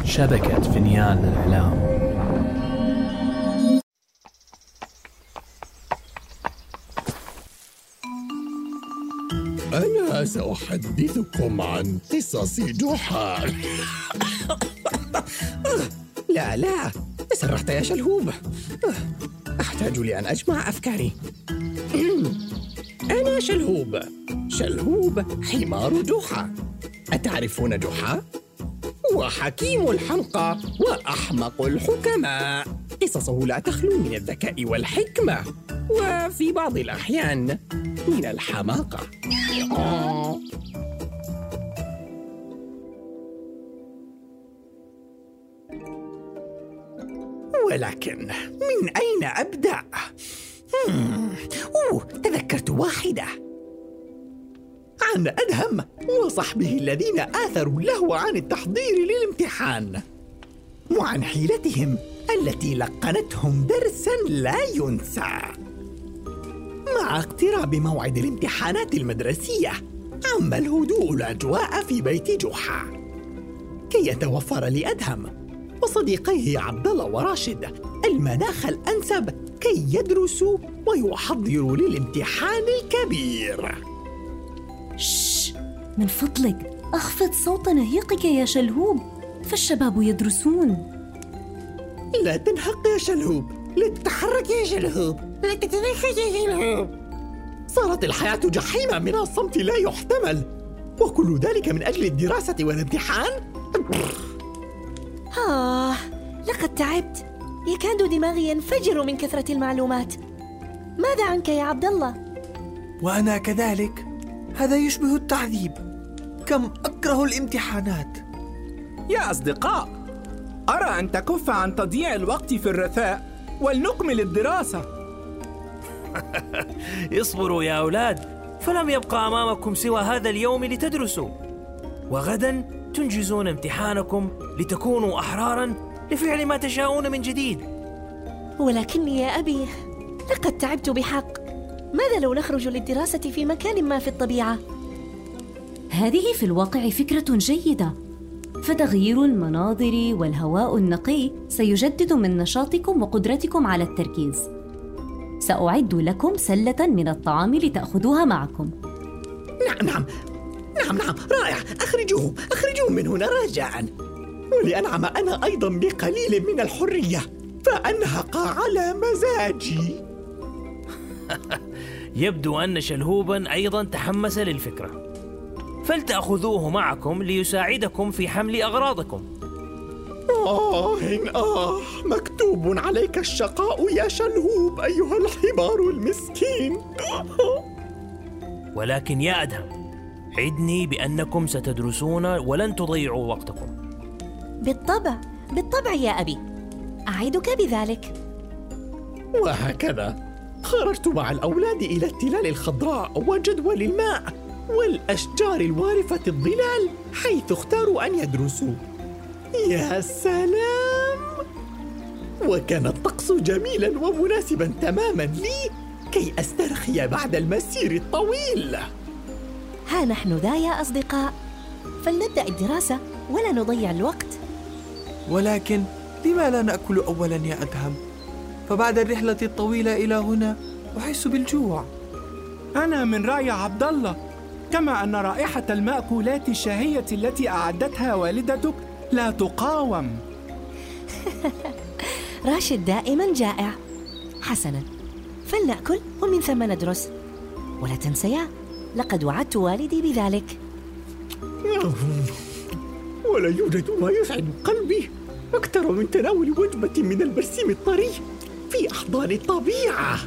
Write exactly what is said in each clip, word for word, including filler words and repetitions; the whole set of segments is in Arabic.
شبكة فينيان للإعلام. أنا سأحدثكم عن قصص جحا. لا لا تسرحت يا شلهوب، أحتاج لأن أجمع أفكاري. أنا شلهوب، شلهوب حمار جحا. أتعرفون جحا؟ هو حكيم الحمقى وأحمق الحكماء. قصصه لا تخلو من الذكاء والحكمة، وفي بعض الأحيان من الحماقة. ولكن من أين أبدأ؟ أوه تذكرت واحدة عن أدهم وصحبه الذين آثروا اللهو عن التحضير للامتحان، وعن حيلتهم التي لقنتهم درساً لا ينسى. مع اقتراب موعد الامتحانات المدرسية عم الهدوء الأجواء في بيت جحا، كي يتوفر لأدهم وصديقيه عبد الله وراشد المناخ الأنسب كي يدرسوا ويحضروا للامتحان الكبير. شش، من فضلك أخفض صوت نهيقك يا شلهوب، فالشباب يدرسون. لا تنهق يا شلهوب، لا تتحرك يا شلهوب، لا تتنفس يا شلهوب. صارت الحياة جحيما من الصمت لا يحتمل، وكل ذلك من أجل الدراسة والامتحان. آه، لقد تعبت، يكاد دماغي ينفجر من كثرة المعلومات. ماذا عنك يا عبد الله؟ وأنا كذلك، هذا يشبه التعذيب. كم أكره الامتحانات. يا أصدقاء، أرى أن تكف عن تضييع الوقت في الرثاء ولنكمل الدراسة. اصبروا يا أولاد، فلم يبقى أمامكم سوى هذا اليوم لتدرسوا، وغدا تنجزون امتحانكم لتكونوا أحراراً لفعل ما تشاءون من جديد. ولكني يا أبي لقد تعبت بحق. ماذا لو نخرج للدراسة في مكان ما في الطبيعة؟ هذه في الواقع فكرة جيدة، فتغيير المناظر والهواء النقي سيجدد من نشاطكم وقدرتكم على التركيز. سأعد لكم سلة من الطعام لتأخذوها معكم. نعم نعم نعم نعم رائع، أخرجوهم أخرجوهم من هنا رجاءً، ولأنعم أنا أيضاً بقليل من الحرية فأنهق على مزاجي. يبدو أن شلهوباً أيضاً تحمس للفكرة، فلتأخذوه معكم ليساعدكم في حمل أغراضكم. آه آه مكتوب عليك الشقاء يا شلهوب أيها الحمار المسكين. ولكن يا أدهم، عدني بأنكم ستدرسون ولن تضيعوا وقتكم. بالطبع بالطبع يا أبي، أعدك بذلك. وهكذا خرجت مع الأولاد إلى التلال الخضراء وجدول الماء والأشجار الوارفة الظلال، حيث اختاروا أن يدرسوا. يا سلام، وكان الطقس جميلا ومناسبا تماما لي كي أسترخي بعد المسير الطويل. ها نحن ذا يا أصدقاء، فلنبدأ الدراسة ولا نضيع الوقت. ولكن لما لا نأكل أولا يا أدهم؟ فبعد الرحلة الطويلة إلى هنا أحس بالجوع. أنا من رأي عبد الله، كما أن رائحة المأكولات الشهية التي أعدتها والدتك لا تقاوم. راشد دائما جائع. حسنا، فلنأكل ومن ثم ندرس، ولا تنسيا لقد وعدت والدي بذلك. ولا يوجد ما يسعد قلبي أكثر من تناول وجبة من البرسيم الطري في أحضان الطبيعة.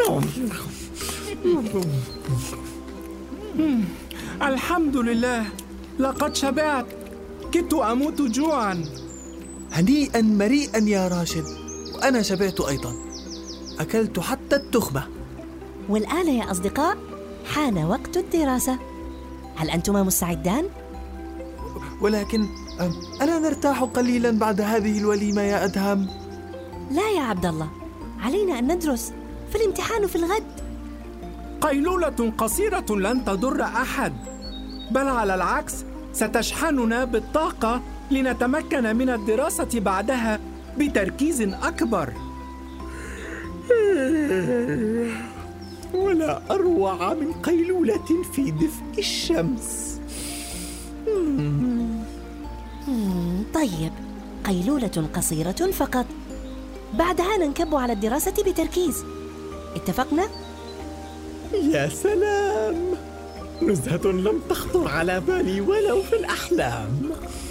الحمد لله، لقد شبعت، كدت أموت جوعا. هنيئا مريئا يا راشد، وأنا شبعت أيضا، أكلت حتى التخمة. والآن يا أصدقاء حان وقت الدراسة، هل أنتما مستعدان؟ ولكن ألا نرتاح قليلا بعد هذه الوليمة يا أدهم؟ لا يا عبد الله، علينا أن ندرس، فالامتحان في الغد. قيلولة قصيرة لن تضر أحد، بل على العكس ستشحننا بالطاقة لنتمكن من الدراسة بعدها بتركيز أكبر. ولا أروع من قيلولة في دفء الشمس. طيب، قيلولة قصيرة فقط، بعدها ننكب على الدراسة بتركيز. اتفقنا؟ يا سلام، نزهة لم تخطر على بالي ولو في الأحلام.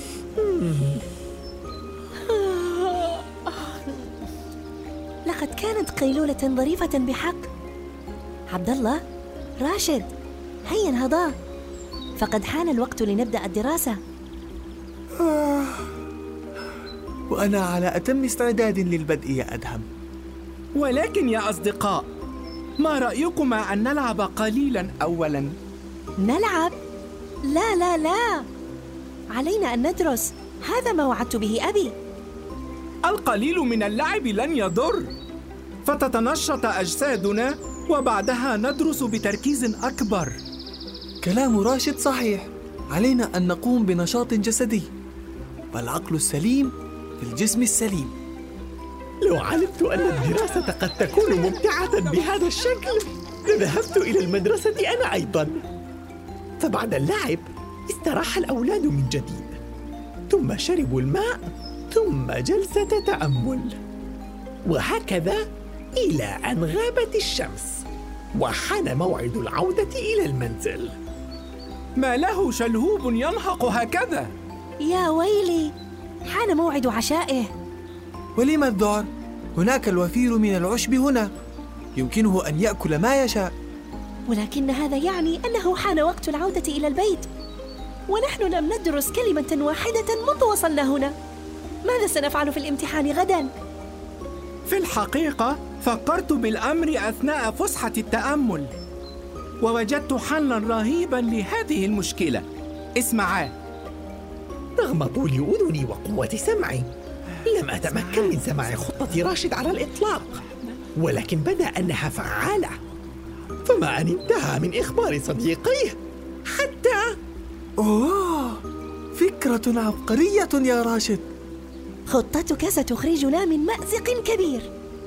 لقد كانت قيلولة ظريفة بحق. عبد الله، راشد، هيا انهضا، فقد حان الوقت لنبدأ الدراسة. آه. وأنا على أتم استعداد للبدء يا أدهم. ولكن يا أصدقاء، ما رأيكما أن نلعب قليلاً أولاً؟ نلعب؟ لا لا لا، علينا أن ندرس، هذا ما وعدت به أبي. القليل من اللعب لن يضر، فتتنشط أجسادنا وبعدها ندرس بتركيز أكبر. كلام راشد صحيح، علينا أن نقوم بنشاط جسدي، فالعقل السليم في الجسم السليم. لو علمت أن الدراسة قد تكون ممتعة بهذا الشكل لذهبت إلى المدرسة أنا أيضاً. فبعد اللعب استراح الأولاد من جديد، ثم شربوا الماء، ثم جلسة تأمل، وهكذا إلى أن غابت الشمس وحان موعد العودة إلى المنزل. ما له شلهوب ينهق هكذا؟ يا ويلي، حان موعد عشائه. ولم الذعر؟ هناك الوفير من العشب هنا، يمكنه أن يأكل ما يشاء. ولكن هذا يعني أنه حان وقت العودة إلى البيت، ونحن لم ندرس كلمة واحدة منذ وصلنا هنا. ماذا سنفعل في الامتحان غداً؟ في الحقيقة فكرت بالأمر أثناء فسحة التأمل، ووجدت حلاً رهيباً لهذه المشكلة. اسمعا. رغم طول أذني وقوة سمعي لم أتمكن من سماع خطة راشد على الإطلاق، ولكن بدا أنها فعالة. فما أن انتهى من إخبار صديقيه حتى... أوه، فكرة عبقرية يا راشد. خطتك ستخرجنا من مأزق كبير.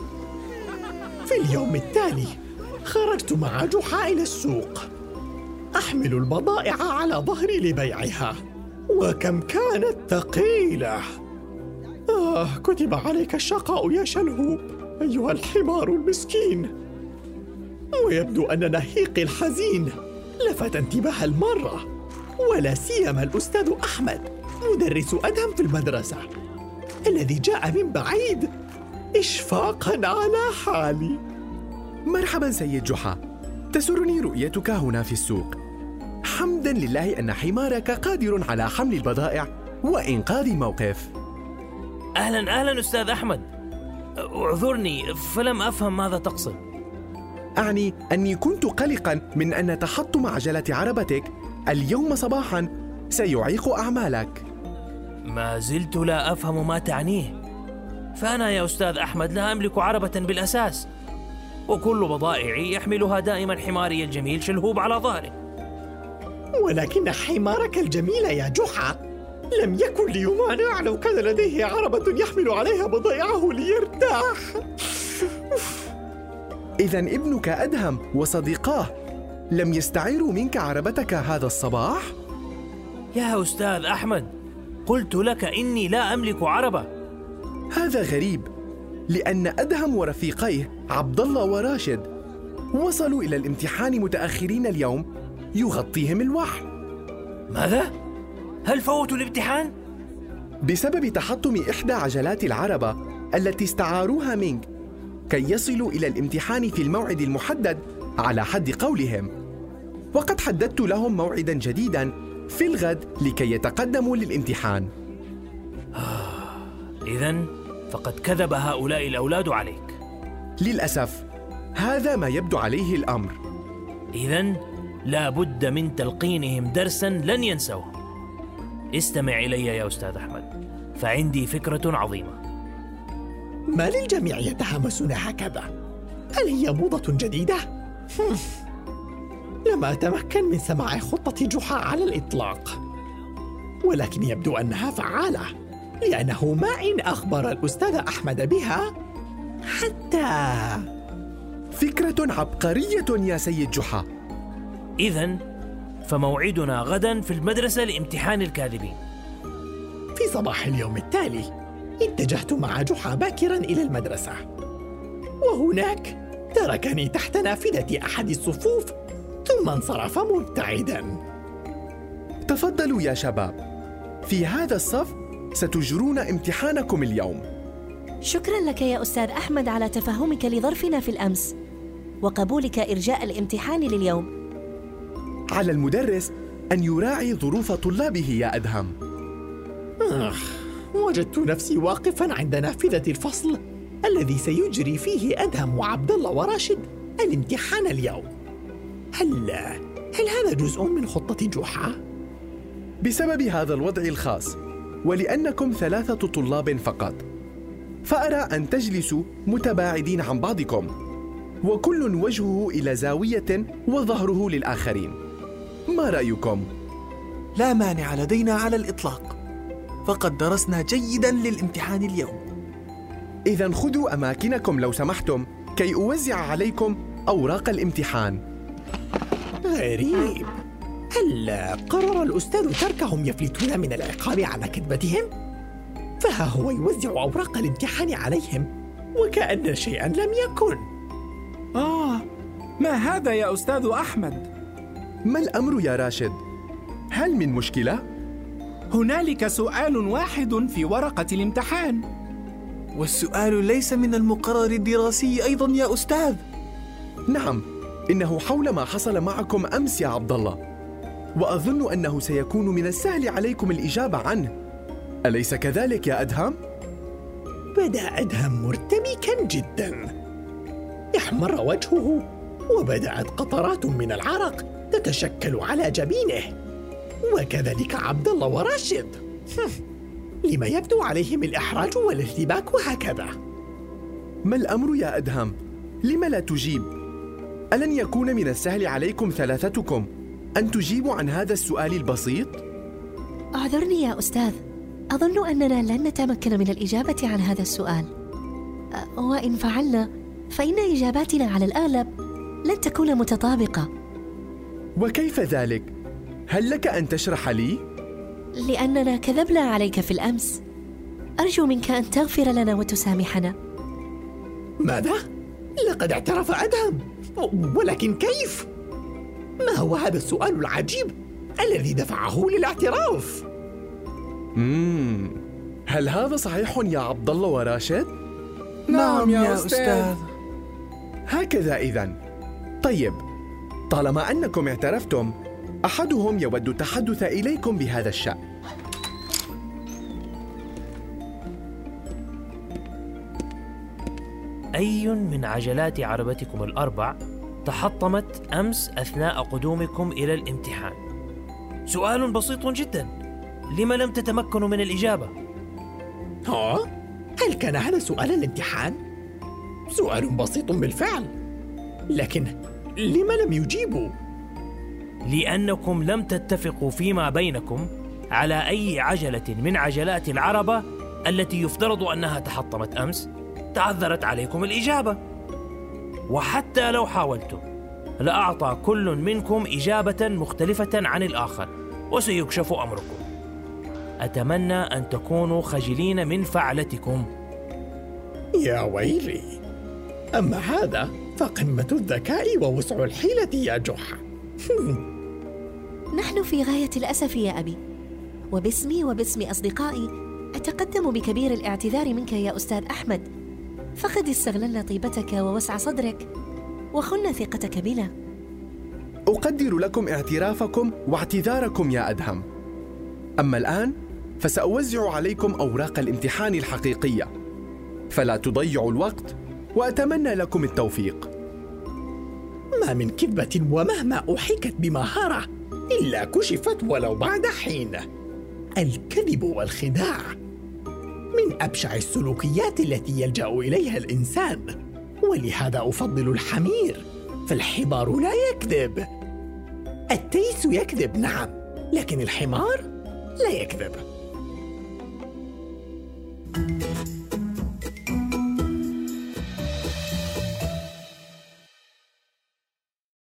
في اليوم التالي خرجت مع جحا إلى السوق أحمل البضائع على ظهري لبيعها، وكم كانت ثقيلة. آه، كتب عليك الشقاء يا شلهوب أيها الحمار المسكين. ويبدو أن نهيقي الحزين لفت انتباه المرة، ولا سيما الأستاذ أحمد مدرس أدهم في المدرسة، الذي جاء من بعيد إشفاقاً على حالي. مرحباً سيد جحا، تسرني رؤيتك هنا في السوق. حمداً لله أن حمارك قادر على حمل البضائع وإنقاذ الموقف. أهلاً أهلاً أستاذ أحمد، اعذرني فلم أفهم ماذا تقصد. أعني أني كنت قلقاً من أن تحطم عجلة عربتك اليوم صباحاً سيعيق أعمالك. ما زلت لا أفهم ما تعنيه، فأنا يا أستاذ أحمد لا أملك عربة بالأساس، وكل بضائعي يحملها دائما حماري الجميل شلهوب على ظهره. ولكن حمارك الجميل يا جحا لم يكن ليمانع لو كان لديه عربة يحمل عليها بضائعه ليرتاح. إذن ابنك أدهم وصديقاه لم يستعيروا منك عربتك هذا الصباح؟ يا أستاذ أحمد، قلت لك إني لا أملك عربة. هذا غريب، لأن أدهم ورفيقيه عبد الله وراشد وصلوا إلى الامتحان متأخرين اليوم يغطيهم الوحل. ماذا؟ هل فوتوا الامتحان؟ بسبب تحطم إحدى عجلات العربة التي استعاروها منك كي يصلوا إلى الامتحان في الموعد المحدد على حد قولهم، وقد حددت لهم موعدا جديدا في الغد لكي يتقدموا للامتحان. إذن فقد كذب هؤلاء الأولاد عليك. للأسف هذا ما يبدو عليه الأمر. إذن لا بد من تلقينهم درسا لن ينسوه. استمع إلي يا أستاذ أحمد، فعندي فكرة عظيمة. ما للجميع يتحمسون هكذا؟ هل هي موضة جديدة؟ لم أتمكن من سماع خطة جحا على الإطلاق. ولكن يبدو أنها فعالة، لأنه ما إن أخبر الأستاذ أحمد بها حتى. فكرة عبقرية يا سيد جحا. إذن فموعدنا غدا في المدرسة لامتحان الكاذبين. في صباح اليوم التالي اتجهت مع جحا باكرا إلى المدرسة، وهناك تركني تحت نافذة أحد الصفوف ثم انصرف مبتعدا. تفضلوا يا شباب، في هذا الصف ستجرون امتحانكم اليوم. شكرا لك يا أستاذ أحمد على تفهمك لظرفنا في الأمس وقبولك إرجاء الامتحان لليوم. على المدرس أن يراعي ظروف طلابه يا أدهم. أخ، وجدت نفسي واقفا عند نافذة الفصل الذي سيجري فيه أدهم وعبد الله وراشد الامتحان اليوم. هل هل هذا جزء من خطة جحا؟ بسبب هذا الوضع الخاص، ولأنكم ثلاثة طلاب فقط، فأرى أن تجلسوا متباعدين عن بعضكم، وكل وجهه إلى زاوية وظهره للآخرين. ما رأيكم؟ لا مانع لدينا على الإطلاق، فقد درسنا جيداً للامتحان اليوم. إذن خذوا أماكنكم لو سمحتم كي أوزع عليكم أوراق الامتحان. غريب، هل قرر الأستاذ تركهم يفلتون من العقاب على كذبتهم؟ فها هو يوزع أوراق الامتحان عليهم وكأن شيئاً لم يكن. آه، ما هذا يا أستاذ أحمد؟ ما الأمر يا راشد؟ هل من مشكلة؟ هنالك سؤال واحد في ورقة الامتحان. والسؤال ليس من المقرر الدراسي أيضاً يا أستاذ. نعم، إنه حول ما حصل معكم أمس يا عبد الله، وأظن أنه سيكون من السهل عليكم الإجابة عنه، أليس كذلك يا أدهم؟ بدأ أدهم مرتبكاً جداً، احمر وجهه وبدأت قطرات من العرق تتشكل على جبينه، وكذلك عبد الله وراشد. لما يبدو عليهم الإحراج والارتباك هكذا؟ ما الأمر يا أدهم؟ لم لا تجيب؟ ألن يكون من السهل عليكم ثلاثتكم أن تجيبوا عن هذا السؤال البسيط؟ أعذرني يا أستاذ، أظن أننا لن نتمكن من الإجابة عن هذا السؤال، وإن فعلنا فإن إجاباتنا على الأغلب لن تكون متطابقة. وكيف ذلك؟ هل لك أن تشرح لي؟ لأننا كذبنا عليك في الأمس، أرجو منك أن تغفر لنا وتسامحنا. ماذا؟ لقد اعترف أدهم، ولكن كيف؟ ما هو هذا السؤال العجيب الذي دفعه للاعتراف؟ مم. هل هذا صحيح يا عبد الله وراشد؟ نعم يا أستاذ. هكذا إذن. طيب، طالما أنكم اعترفتم، أحدهم يود التحدث إليكم بهذا الشأن. أي من عجلات عربتكم الأربع تحطمت أمس أثناء قدومكم إلى الامتحان؟ سؤال بسيط جدا، لما لم تتمكنوا من الإجابة؟ ها؟ هل كان هذا سؤال الامتحان؟ سؤال بسيط بالفعل، لكن لما لم يجيبوا؟ لأنكم لم تتفقوا فيما بينكم على أي عجلة من عجلات العربة التي يفترض أنها تحطمت أمس تعذرت عليكم الإجابة. وحتى لو حاولتم لأعطى كل منكم إجابة مختلفة عن الآخر وسيكشف أمركم. أتمنى أن تكونوا خجلين من فعلتكم. يا ويلي، أما هذا فقمة الذكاء ووسع الحيلة يا جحا. نحن في غاية الأسف يا أبي، وباسمي وباسم أصدقائي أتقدم بكبير الاعتذار منك يا أستاذ أحمد، فقد استغللنا طيبتك ووسع صدرك وخنا ثقتك بنا. أقدر لكم اعترافكم واعتذاركم يا أدهم. أما الآن فسأوزع عليكم أوراق الامتحان الحقيقية، فلا تضيعوا الوقت وأتمنى لكم التوفيق. ما من كذبة ومهما أحيكت بمهارة إلا كشفت ولو بعد حين. الكذب والخداع من أبشع السلوكيات التي يلجأ إليها الإنسان، ولهذا أفضل الحمير، فالحمار لا يكذب. التيس يكذب نعم، لكن الحمار لا يكذب.